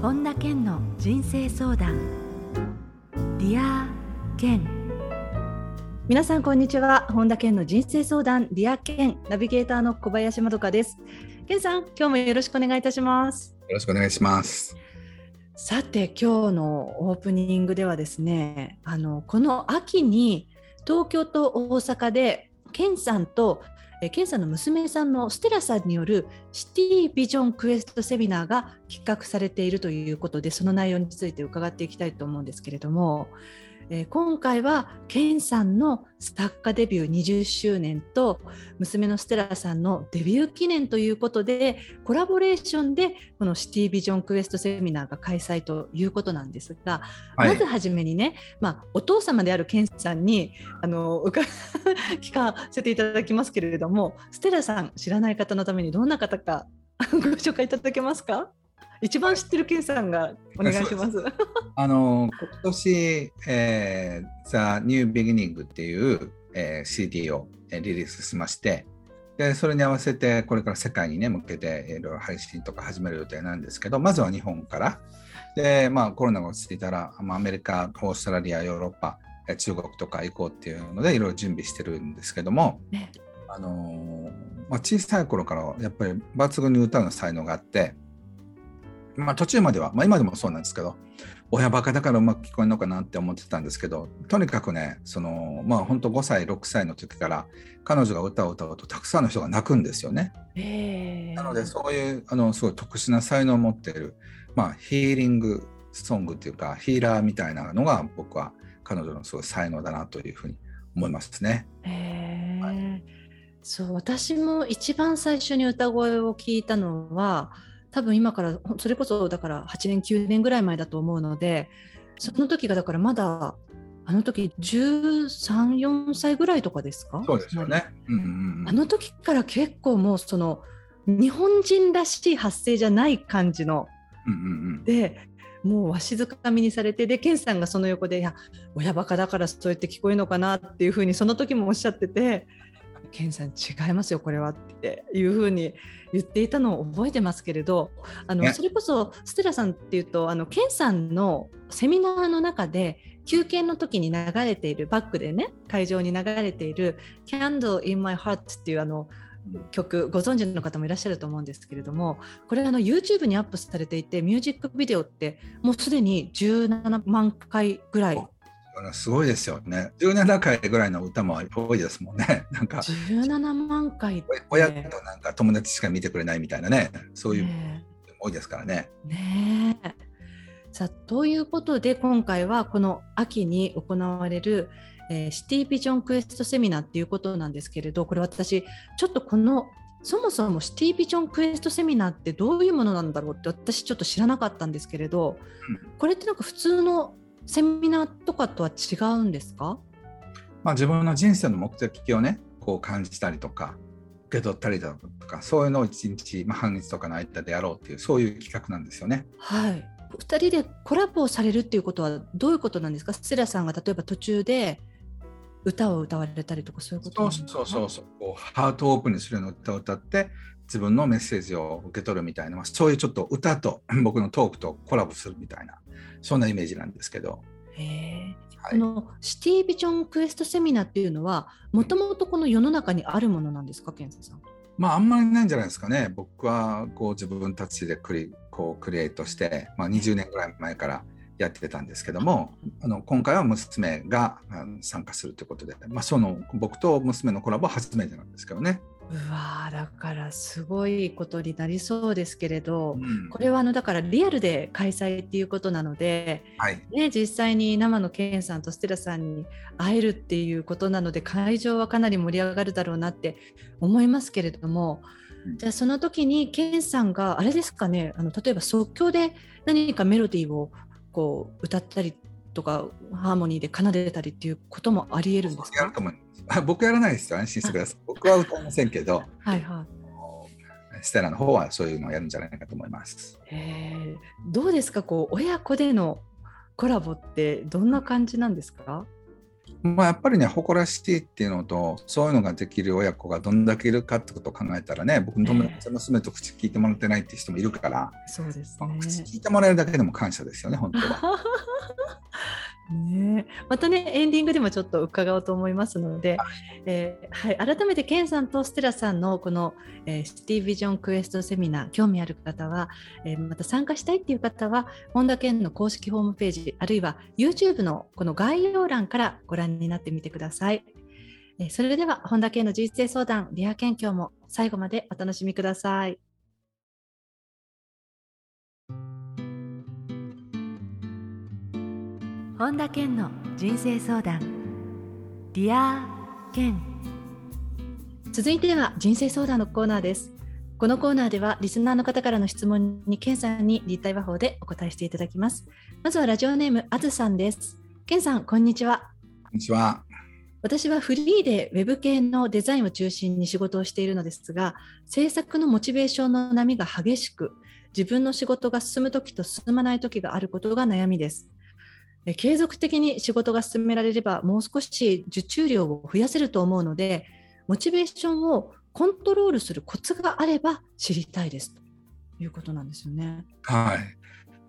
本田健の人生相談。ディア健。皆さんこんにちは。本田健の人生相談ディア健ナビゲーターの小林まどかです。健さん、今日もよろしくお願いいたします。 よろしくお願いします。 さて、今日のオープニングではですね、この秋に東京と大阪で健さんと健さんの娘さんのステラさんによるシティビジョンクエストセミナーが企画されているということで、その内容について伺っていきたいと思うんですけれども、今回は健さんの作家デビュー20周年と娘のステラさんのデビュー記念ということで、コラボレーションでこのシティビジョンクエストセミナーが開催ということなんですが、 はい、 まずはじめにね、お父様である健さんに聞かせていただきますけれども、ステラさん知らない方のためにどんな方かご紹介いただけますか？一番知ってる健さんがお願いします。 今年、The New Beginning っていう、CD をリリースしまして、でそれに合わせてこれから世界に、向けていろいろ配信とか始める予定なんですけど、まずは日本からで、コロナが落ち着いたらアメリカ、オーストラリア、ヨーロッパ、中国とか行こうっていうのでいろいろ準備してるんですけども、小さい頃からやっぱり抜群に歌うの才能があって、途中までは、今でもそうなんですけど、親バカだからうまく聞こえるのかなって思ってたんですけど、とにかくね、本当5歳6歳の時から彼女が歌を歌うとたくさんの人が泣くんですよね。なのでそういうすごい特殊な才能を持っている、ヒーリングソングっていうかヒーラーみたいなのが僕は彼女のすごい才能だなというふうに思いますね。 そう、私も一番最初に歌声を聞いたのは多分今からそれこそだから8年9年ぐらい前だと思うので、その時がだからまだあの時13、4歳ぐらいとかですか？ そうですよね。 あの時から結構もうその日本人らしい発声じゃない感じの、でもうわしづかみにされて、で健さんがその横で、いや親バカだからそうやって聞こえるのかなっていうふうにその時もおっしゃってて、健さん違いますよこれはっていうふうに言っていたのを覚えてますけれど、それこそステラさんっていうと健さんのセミナーの中で休憩の時に流れているバックでね、会場に流れている Candle in My Heart っていう曲ご存知の方もいらっしゃると思うんですけれども、これYouTube にアップされていて、ミュージックビデオってもうすでに17万回ぐらい、 すごいですよね。17回ぐらいの歌も多いですもんね。なんか 17万回って親となんか友達しか見てくれないみたいなね、そういう多いですからね。 さあ、ということで今回はこの秋に行われる、シティビジョンクエストセミナーっていうことなんですけれど、これ私ちょっとそもそもシティビジョンクエストセミナーってどういうものなんだろうって私ちょっと知らなかったんですけれど、これってなんか普通のセミナーとかとは違うんですか？ 自分の人生の目的をねこう感じたりとか受け取ったりだとか、そういうのを1日、半日とかの間でやろうっていう、そういう企画なんですよね。 はい。2人でコラボをされるっていうことはどういうことなんですか？ステラさんが例えば途中で歌を歌われたりとか、そういうことなんですか？ そうこうハートをオープンにするような歌を歌って自分のメッセージを受け取るみたいな、そういうちょっと歌と僕のトークとコラボするみたいな、そんなイメージなんですけど。 このシティビジョンクエストセミナーっていうのはもともとこの世の中にあるものなんですか、健さん？ あんまりないんじゃないですかね。僕はこう自分たちでクリエイトして、20年ぐらい前からやってたんですけども、今回は娘が参加するということで、その僕と娘のコラボは初めてなんですけどね。 だからすごいことになりそうですけれど、これはだからリアルで開催っていうことなので、実際に生の健さんとステラさんに会えるっていうことなので、会場はかなり盛り上がるだろうなって思いますけれども、じゃあその時に健さんがあれですかね、例えば即興で何かメロディーをこう歌ったりとかハーモニーで奏でたりっていうこともありえるんですか？ 僕やらないですよ、安心してください。僕は歌いませんけどステラの方はそういうのをやるんじゃないかと思います。 どうですか、親子でのコラボってどんな感じなんですか？ やっぱりね、誇らしいっていうのと、そういうのができる親子がどんだけいるかってことを考えたらね、僕の友達の娘と口聞いてもらってないっていう人もいるから、 そうですね。 口聞いてもらえるだけでも感謝ですよね、本当は。 ね、またねエンディングでもちょっと伺おうと思いますので、はい、改めてケンさんとステラさんのこの、シティビジョンクエストセミナー興味ある方は、また参加したいっていう方は本田健の公式ホームページあるいは YouTube のこの概要欄からご覧になってみてください。それでは本田健の人生相談リア健、今日も最後までお楽しみください。本田健の人生相談ディア健。続いては人生相談のコーナーです。このコーナーではリスナーの方からの質問に健さんに立体話法でお答えしていただきます。まずはラジオネームあずさんです。健さん、こんにちは。 こんにちは。 私はフリーでウェブ系のデザインを中心に仕事をしているのですが、制作のモチベーションの波が激しく、自分の仕事が進むときと進まないときがあることが悩みです。継続的に仕事が進められればもう少し受注量を増やせると思うので、モチベーションをコントロールするコツがあれば知りたいですということなんですよね。 はい。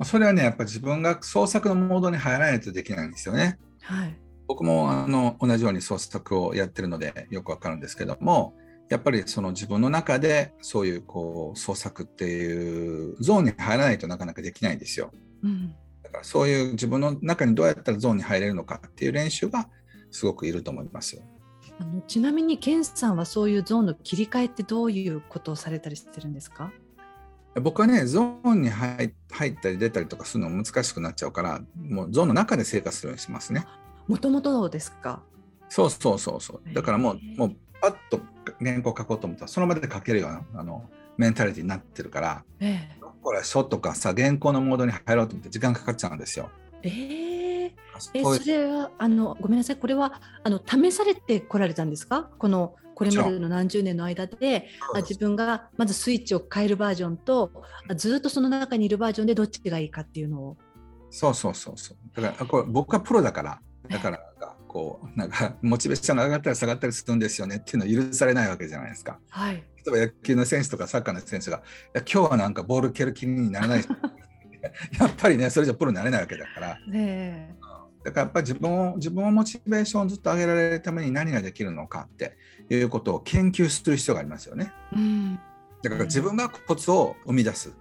それはね、やっぱり自分が創作のモードに入らないとできないんですよね。 はい、 僕も同じように創作をやってるのでよくわかるんですけども、やっぱりその自分の中でそういう創作っていうゾーンに入らないとなかなかできないんですよ。だからそういう自分の中にどうやったらゾーンに入れるのかっていう練習がすごくいると思いますよ。 ちなみに健さんはそういうゾーンの切り替えってどういうことをされたりしてるんですか？ 僕はね、ゾーンに入ったり出たりとかするの難しくなっちゃうから、もうゾーンの中で生活するようにしますね。 もともとですか？ そう。だからもうパッと原稿書こうと思ったらその場で書けるようなメンタリティになってるから、これ書とかさ、原稿のモードに入ろうと思って時間かかっちゃうんですよ。 それはごめんなさい、これは試されてこられたんですか？これまでの何十年の間で自分がまずスイッチを変えるバージョンとずっとその中にいるバージョンでどっちがいいかっていうのを。 そうだからこれ僕はプロだからなんかモチベーションが上がったり下がったりするんですよねっていうのは許されないわけじゃないですか。 はい、 例えば野球の選手とかサッカーの選手が今日はなんかボール蹴る気にならないやっぱりね、それじゃプロになれないわけだから、だからやっぱり自分をモチベーションをずっと上げられるために何ができるのかっていうことを研究する必要がありますよね。だから自分がコツを生み出す。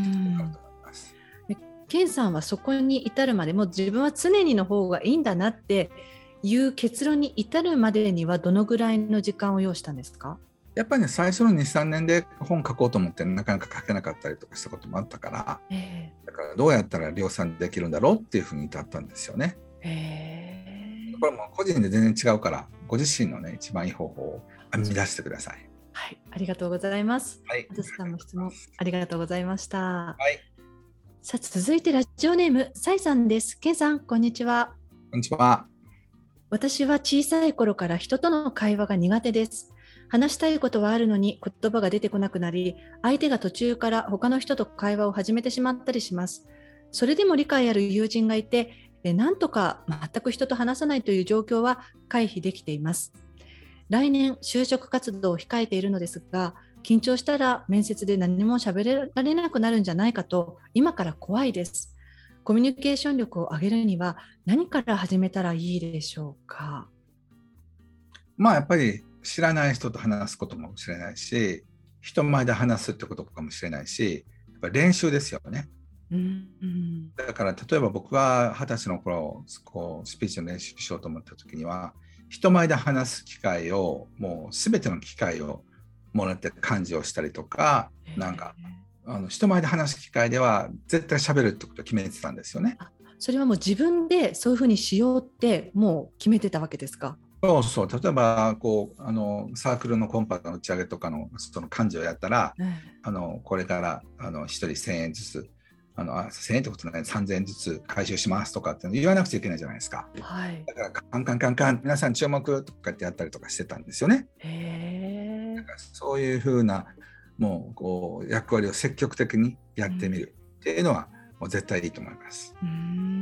健さんはそこに至るまでも自分は常にの方がいいんだなっていう結論に至るまでにはどのぐらいの時間を要したんですか？ やっぱりね、最初の 2,3 年で本書こうと思ってなかなか書けなかったりとかしたこともあったから、だからどうやったら量産できるんだろうっていうふうに至ったんですよね。これも個人で全然違うからご自身のね一番いい方法を編み出してください。 はい、ありがとうございます。 はい、 あずさんの質問ありがとうございました。 はい、 さあ続いてラジオネームさいさんです。けんさん、こんにちは。 こんにちは。 私は小さい頃から人との会話が苦手です。話したいことはあるのに言葉が出てこなくなり、相手が途中から他の人と会話を始めてしまったりします。それでも理解ある友人がいて、なんとか全く人と話さないという状況は回避できています。来年就職活動を控えているのですが、緊張したら面接で何も喋られなくなるんじゃないかと今から怖いです。コミュニケーション力を上げるには何から始めたらいいでしょうか？ やっぱり知らない人と話すこともしれないし、人前で話すってことかもしれないし、やっぱり練習ですよね。だから例えば僕が20歳の頃スピーチの練習しようと思った時には、人前で話す機会をもう全ての機会をもらって幹事をしたりとか、なんか人前で話す機会では絶対喋るってことを決めてたんですよね。 それはもう自分でそういうふうにしようってもう決めてたわけですか？ そう例えばサークルのコンパの打ち上げとかのその幹事をやったら、これから1人1000円ずつ1000円ってことない、3000円ずつ回収しますとかって言わなくちゃいけないじゃないですか。だからカン皆さん注目とかってやったりとかしてたんですよね。だからそういうふうなもう役割を積極的にやってみるっていうのはもう絶対いいと思います。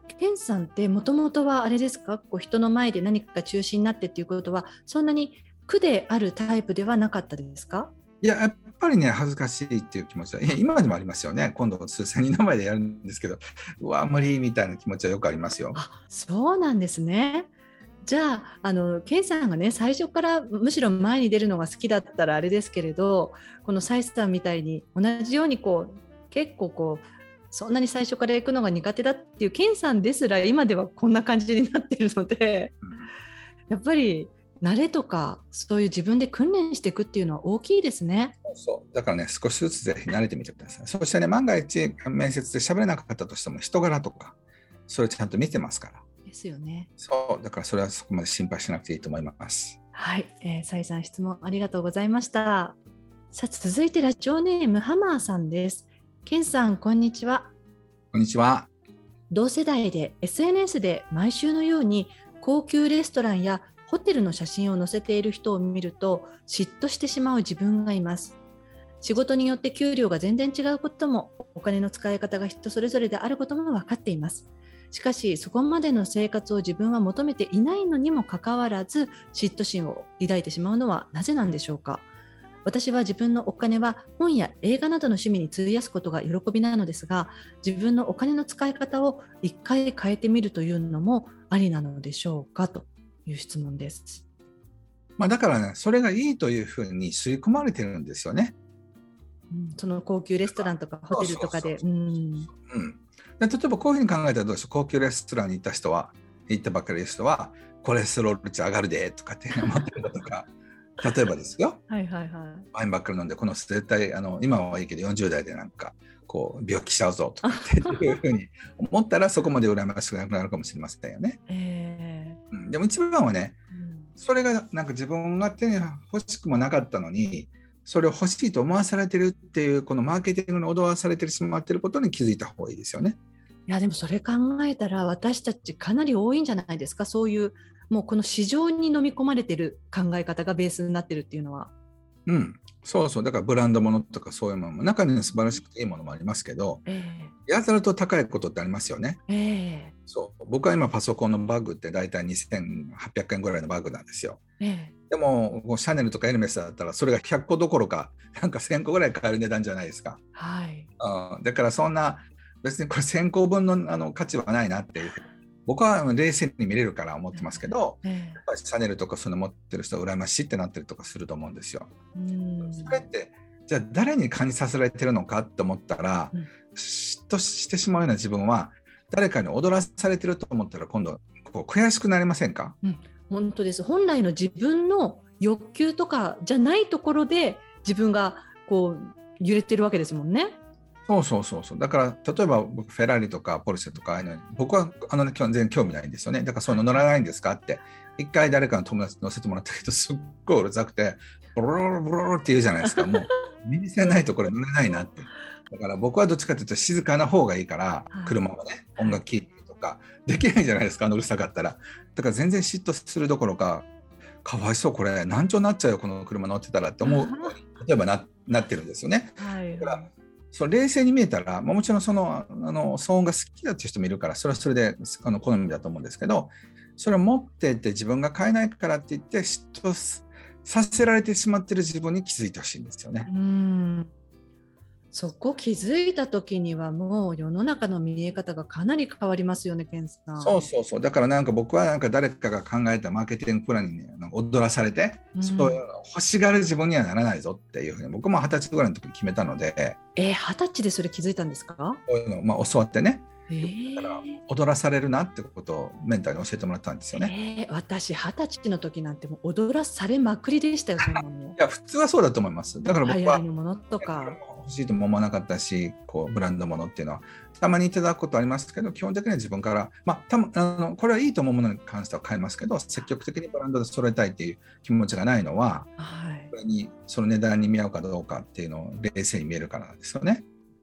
ケンさんってもともとはあれですか、こう人の前で何かが中心になってっていうことはそんなに苦であるタイプではなかったですか？ いや、やっぱりね、恥ずかしいっていう気持ちは、今でもありますよね。今度、数千人の前でやるんですけど、うわ、無理みたいな気持ちはよくありますよ。 あ、そうなんですね。じゃあ、ケンさんがね、最初からむしろ前に出るのが好きだったらあれですけれど、このサイさんみたいに同じようにこう結構こうそんなに最初から行くのが苦手だっていうケンさんですら今ではこんな感じになっているので、やっぱり慣れとかそういう自分で訓練していくっていうのは大きいですね。 そうだからね、少しずつぜひ慣れてみてください。そしてね、万が一面接で喋れなかったとしても、人柄とか、それちゃんと見てますから。 ですよね。 そう、だからそれはそこまで心配しなくていいと思います。 はい、サイさん質問ありがとうございました。さあ続いてラジオネームハマーさんです。ケンさんこんにちは。 こんにちは。 同世代で SNS で毎週のように高級レストランやホテルの写真を載せている人を見ると嫉妬してしまう自分がいます。仕事によって給料が全然違うことも、お金の使い方が人それぞれであることも分かっています。しかしそこまでの生活を自分は求めていないのにもかかわらず嫉妬心を抱いてしまうのはなぜなんでしょうか。私は自分のお金は本や映画などの趣味に費やすことが喜びなのですが、自分のお金の使い方を一回変えてみるというのもありなのでしょうかという質問です。 だからね、それがいいというふうに刷り込まれてるんですよね。 その高級レストランとかホテルとかで。 例えばこういうふうに考えたらどうでしょう。高級レストランに行ったばっかりの人はコレステロール値上がるでとかって思ってるとか例えばですよ、 はいはいはい、 ワインばっかり飲んでこの絶対今はいいけど40代でなんかこう病気しちゃうぞとかっていうふうに思ったらそこまで羨ましくなくなるかもしれませんよね。でも一番はね、それがなんか自分が手に欲しくもなかったのにそれを欲しいと思わされてるっていうこのマーケティングに踊らされてしまっていることに気づいた方がいいですよね。 いやでもそれ考えたら私たちかなり多いんじゃないですか。そういうもうこの市場に飲み込まれてる考え方がベースになってるっていうのは。 そうそう、だからブランドものとかそういうものも中に素晴らしくていいものもありますけど、やたらと高いことってありますよね。そう僕は今パソコンのバッグってだいたい2800円ぐらいのバッグなんですよ。でもシャネルとかエルメスだったらそれが100個どころかなんか1000個ぐらい買える値段じゃないですか。だからそんな別にこれ1000個分の価値はないなっていう僕は冷静に見れるから思ってますけど、やっぱりシャネルとかそういうの持ってる人は羨ましいってなってるとかすると思うんですよ。それってじゃあ誰に感じさせられてるのかって思ったら、嫉妬してしまうような自分は誰かに踊らされてると思ったら今度こう悔しくなりませんか？ 本当です。本来の自分の欲求とかじゃないところで自分がこう揺れてるわけですもんね。 そうだから例えば僕フェラーリとかポルシェとかああいうのに僕は全然興味ないんですよね。だからそういうの乗らないんですかって一回誰かの友達に乗せてもらったけどすっごいうるさくてボロロロボロロって言うじゃないですか。もう耳栓ないとこれ乗れないなって。だから僕はどっちかというと静かな方がいいから車もね音楽聴いてとかできないじゃないですかうるさかったら。だから全然嫉妬するどころかかわいそうこれ難聴になっちゃうよこの車乗ってたらって思う例えば なってるんですよね。だからそう冷静に見えたら、もちろんその騒音が好きだっていう人もいるからそれはそれで好みだと思うんですけど、それを持ってて自分が買えないからって言って嫉妬させられてしまってる自分に気づいてほしいんですよね。 そこ気づいた時にはもう世の中の見え方がかなり変わりますよね、ケンさん。 そうだからなんか僕はなんか誰かが考えたマーケティングプランに、ね、踊らされて、そういう欲しがる自分にはならないぞっていうふうに僕も20歳ぐらいの時に決めたので。 20歳でそれ気づいたんですか？こういうのを教わってね。だから踊らされるなってことをメンターに教えてもらったんですよね。 私20歳の時なんてもう踊らされまくりでしたよ。そんなのいや普通はそうだと思います。だから僕は流行りのものとか欲しいとも思わなかったし、こうブランドものっていうのはたまにいただくことありますけど、基本的には自分から、これはいいと思うものに関しては買いますけど、積極的にブランドで揃えたいっていう気持ちがないのは、これにその値段に見合うかどうかっていうのを冷静に見えるからなんですよね。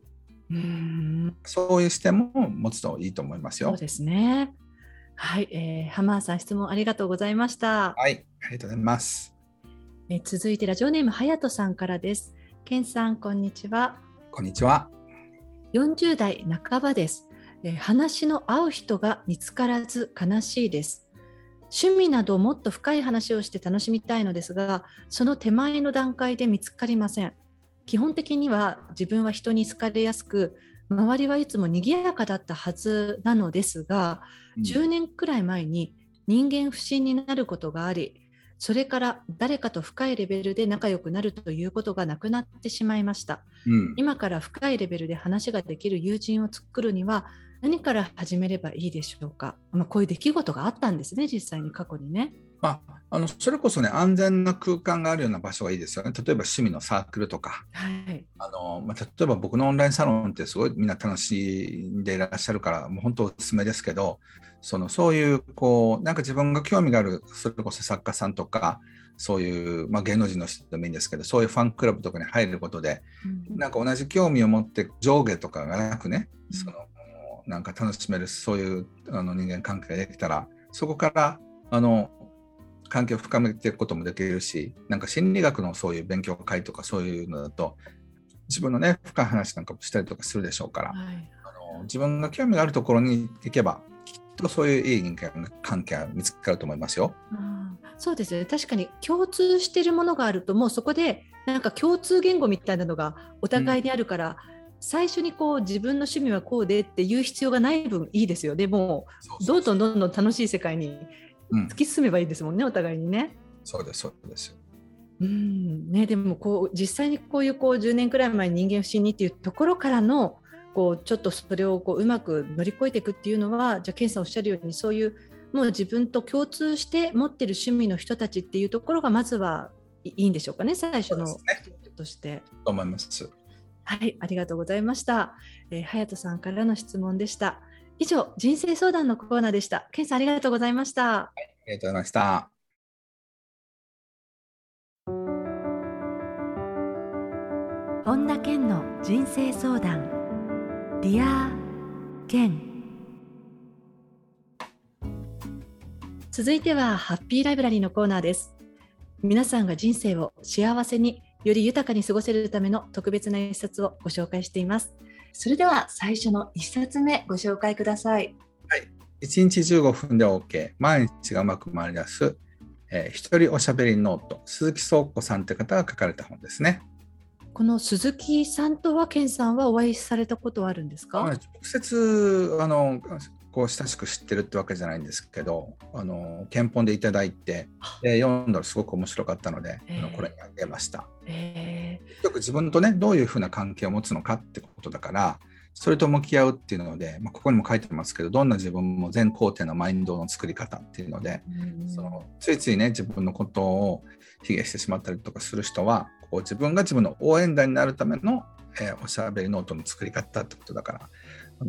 そういう視点も持つといいと思いますよ。 そうですね。はい、ハマーさん質問ありがとうございました。 はい、ありがとうございます。 続いてラジオネームはやとさんからです。ケンさんこんにちは。 こんにちは。 40代半ばです。 話の合う人が見つからず悲しいです。趣味などもっと深い話をして楽しみたいのですが、その手前の段階で見つかりません。基本的には自分は人に好かれやすく、周りはいつも賑やかだったはずなのですが、10年くらい前に人間不信になることがあり、それから誰かと深いレベルで仲良くなるということがなくなってしまいました。今から深いレベルで話ができる友人を作るには何から始めればいいでしょうか。こういう出来事があったんですね、実際に過去にね。 それこそね、安全な空間があるような場所がいいですよね。例えば趣味のサークルとか、例えば僕のオンラインサロンってすごいみんな楽しんでいらっしゃるからもう本当おすすめですけど、そういうなんか自分が興味がある、それこそ作家さんとかそういう、芸能人の人でもいいんですけど、そういうファンクラブとかに入ることで、なんか同じ興味を持って上下とかがなくね、なんか楽しめるそういう人間関係ができたら、そこから関係を深めていくこともできるし、なんか心理学のそういう勉強会とかそういうのだと自分のね深い話なんかもしたりとかするでしょうから、自分が興味があるところに行けばきっとそういういい人間関係が見つかると思いますよ。 そうですね。確かに共通しているものがあると、もうそこでなんか共通言語みたいなのがお互いにあるから、最初に自分の趣味はこうでっていう必要がない分いいですよ。でもどんどん楽しい世界に突き進めばいいですもんね、お互いにね。 そうですそうです。 でも実際にこういう10年くらい前に人間不信にっていうところからのちょっとそれをうまく乗り越えていくっていうのは、じゃあケンさんおっしゃるように、そういうもう自分と共通して持ってる趣味の人たちっていうところがまずはいいんでしょうかね、最初のとして。 と思います。 はい、ありがとうございました。隼人さんからの質問でした。以上、人生相談のコーナーでした。ケンさんありがとうございました。 ありがとうございました。 本田健の人生相談。ディア健。続いてはハッピーライブラリーのコーナーです。皆さんが人生を幸せにより豊かに過ごせるための特別な一冊をご紹介しています。それでは最初の一冊目ご紹介ください。 はい、1日15分で OK、 毎日がうまく回り出す、一人おしゃべりノート、鈴木宗子さんという方が書かれた本ですね。 この鈴木さんとは健さんはお会いされたことはあるんですか？ 直接親しく知ってるってわけじゃないんですけど、検本でいただいて、読んだらすごく面白かったので、これにあげました。よく自分とねどういうふうな関係を持つのかってことだから、それと向き合うっていうので、ここにも書いてますけど、どんな自分も全肯定のマインドの作り方っていうので、ついついね自分のことを卑下してしまったりとかする人は、自分が自分の応援団になるための、おしゃべりノートの作り方ってことだから、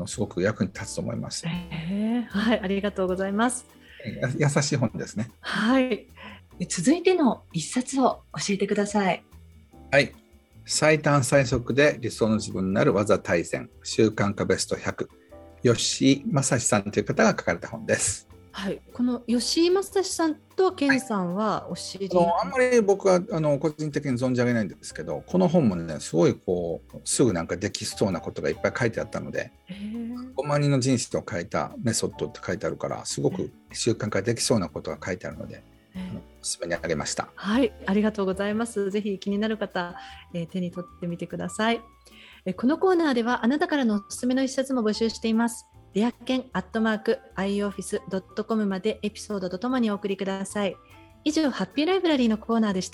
すごく役に立つと思います。 はい、ありがとうございます。 優しい本ですね。 はい。続いての一冊を教えてください。 はい。最短最速で理想の自分になる技大全、習慣化ベスト100、吉井正史さんという方が書かれた本です。 はい、この吉井正史さんと健さんはお知り、 あんまり僕は個人的に存じ上げないんですけど、この本もねすごいすぐなんかできそうなことがいっぱい書いてあったので、5万人の人生を変えたメソッドって書いてあるから、すごく習慣化できそうなことが書いてあるので、おすすめにあげました。 はい、ありがとうございます。ぜひ気になる方、手に取ってみてください。このコーナーではあなたからのおすすめの一冊も募集しています。ディアケン@ioffice.com までエピソードとともにお送りください。以上、ハッピーライブラリーのコーナーでした。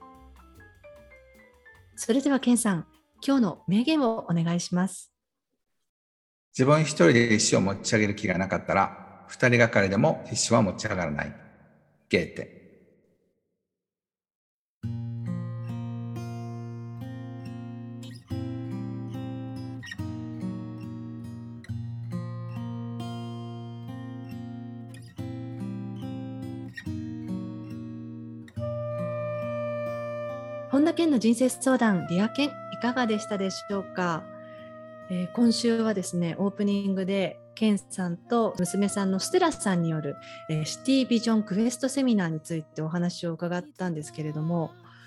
それではケンさん、今日の名言をお願いします。 自分一人で石を持ち上げる気がなかったら、二人がかりでも石は持ち上がらない。ゲーテ。 本田健の人生相談、ディアケン、いかがでしたでしょうか？今週はですね、オープニングで健さんと娘さんのステラさんによる、シティビジョンクエストセミナーについてお話を伺ったんですけれども、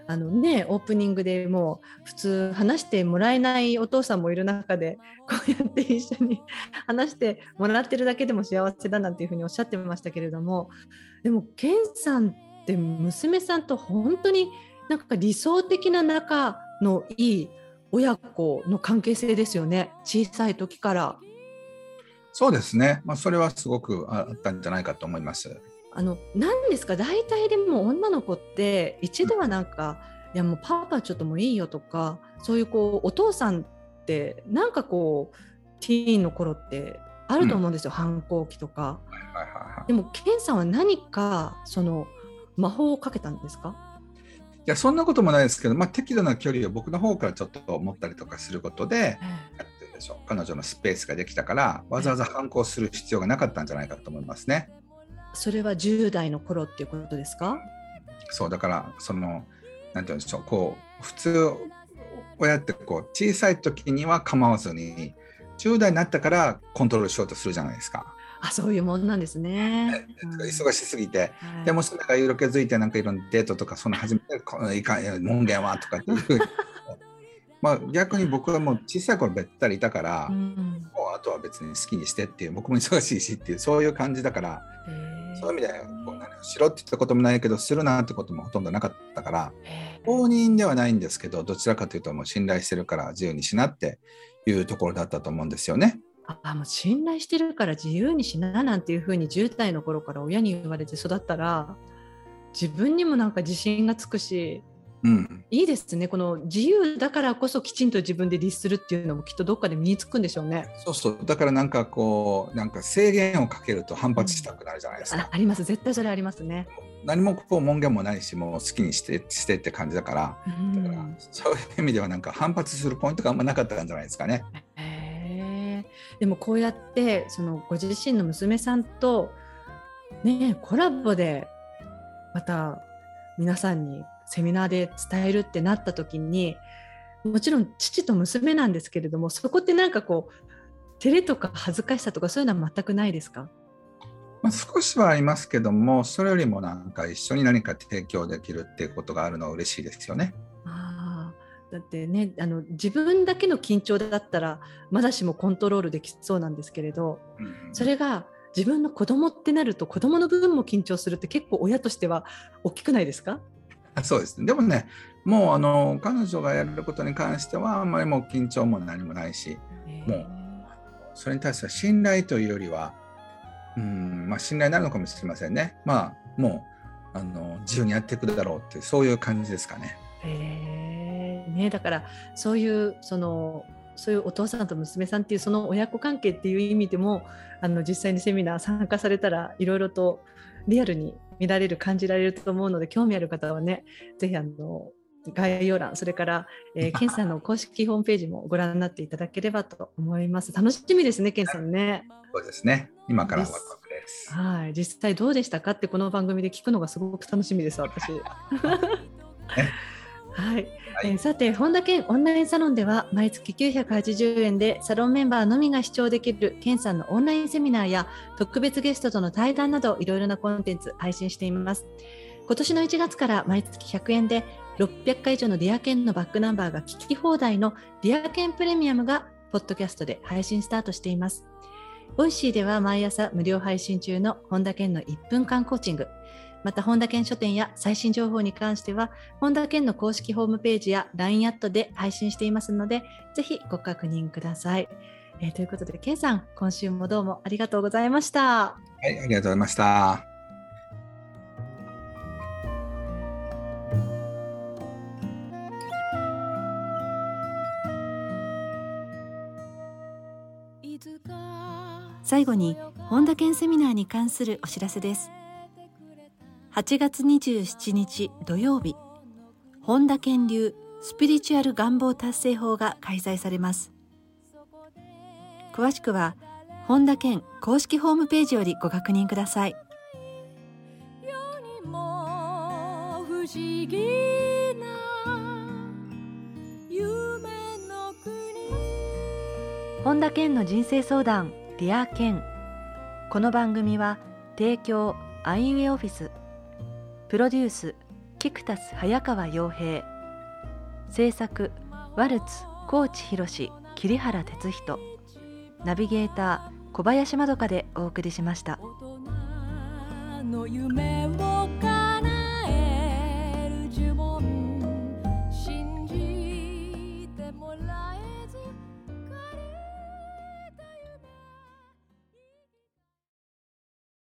オープニングでもう普通話してもらえないお父さんもいる中で、こうやって一緒に話してもらってるだけでも幸せだなんていうふうにおっしゃってましたけれども、でもケンさんって娘さんと本当になんか理想的な仲のいい親子の関係性ですよね、小さい時から。 そうですね、それはすごくあったんじゃないかと思います。 何ですか、大体でも女の子って一度はなんか、いやもうパパちょっともういいよとか、そういうお父さんってなんかティーンの頃ってあると思うんですよ、反抗期とか。でもケンさんは何かその魔法をかけたんですか？ いや、そんなこともないですけど、適度な距離を僕の方からちょっと持ったりとかすることで、彼女のスペースができたから、わざわざ反抗する必要がなかったんじゃないかと思いますね。 それは10代の頃っていうことですか？ そうだから、なんていうんでしょう、普通親って小さい時には構わずに、10代になったからコントロールしようとするじゃないですか。 そういうもんなんですね。 忙しすぎて、でもそれが色気づいて、なんかいろんなデートとか始めて、いかん門限はとかっていう逆に僕はもう小さい頃べったりいたから、もうあとは別に好きにしてっていう、僕も忙しいしっていう、そういう感じだから、そういう意味でしろって言ったこともないけど、するなってこともほとんどなかったから、放任ではないんですけど、どちらかというともう信頼してるから自由にしなっていうところだったと思うんですよね。 もう信頼してるから自由にしななんていうふうに10代の頃から親に言われて育ったら、自分にもなんか自信がつくし、いいですね。この自由だからこそきちんと自分で律するっていうのもきっとどっかで身につくんでしょうね。 そうだからなんか制限をかけると反発したくなるじゃないですか。 あります、絶対それありますね。 何も門限もないし、もう好きにしてって感じだから、そういう意味ではなんか反発するポイントがあんまなかったんじゃないですかね。 でもこうやってご自身の娘さんとコラボでまた皆さんにセミナーで伝えるってなった時に、もちろん父と娘なんですけれども、そこってなんか照れとか恥ずかしさとかそういうのは全くないですか？ 少しはありますけども、それよりもなんか一緒に何か提供できるっていうことがあるのは嬉しいですよね。 だってね、自分だけの緊張だったらまだしもコントロールできそうなんですけれど、それが自分の子供ってなると、子供の部分も緊張するって結構親としては大きくないですか？ そうですね。でもね、もう彼女がやることに関してはあんまりもう緊張も何もないし、もうそれに対しては信頼というよりは、信頼になるのかもしれませんね。もう自由にやっていくだろうって、そういう感じですかね。 だからそういうお父さんと娘さんっていうその親子関係っていう意味でも、実際にセミナー参加されたらいろいろとリアルに見られる、感じられると思うので、興味ある方はね、ぜひ概要欄、それから、ケンさんの公式ホームページもご覧になっていただければと思います。楽しみですね、ケンさんね。 そうですね、今からワクワクです。 実際どうでしたかってこの番組で聞くのがすごく楽しみです、私。さて、本田健オンラインサロンでは毎月980円でサロンメンバーのみが視聴できるケンさんのオンラインセミナーや特別ゲストとの対談など、いろいろなコンテンツ配信しています。今年の1月から毎月100円で600回以上のディアケンのバックナンバーが聞き放題のディアケンプレミアムがポッドキャストで配信スタートしています。ボイシーでは毎朝無料配信中の本田健の1分間コーチング、また本田健書店や最新情報に関しては本田健の公式ホームページや LINE アットで配信していますので、ぜひご確認ください。ということで、健さん、今週もどうもありがとうございました。 ありがとうございました。 最後に本田健セミナーに関するお知らせです。8月27日土曜日、本田健流スピリチュアル願望達成法が開催されます。詳しくは本田健公式ホームページよりご確認ください。世にも不思議な夢の国、本田健の人生相談ディア健。この番組は提供アイウェイオフィス、プロデュースキクタス早川洋平、制作ワルツ高知博史桐原哲人、ナビゲーター小林まどかでお送りしました。大人の夢を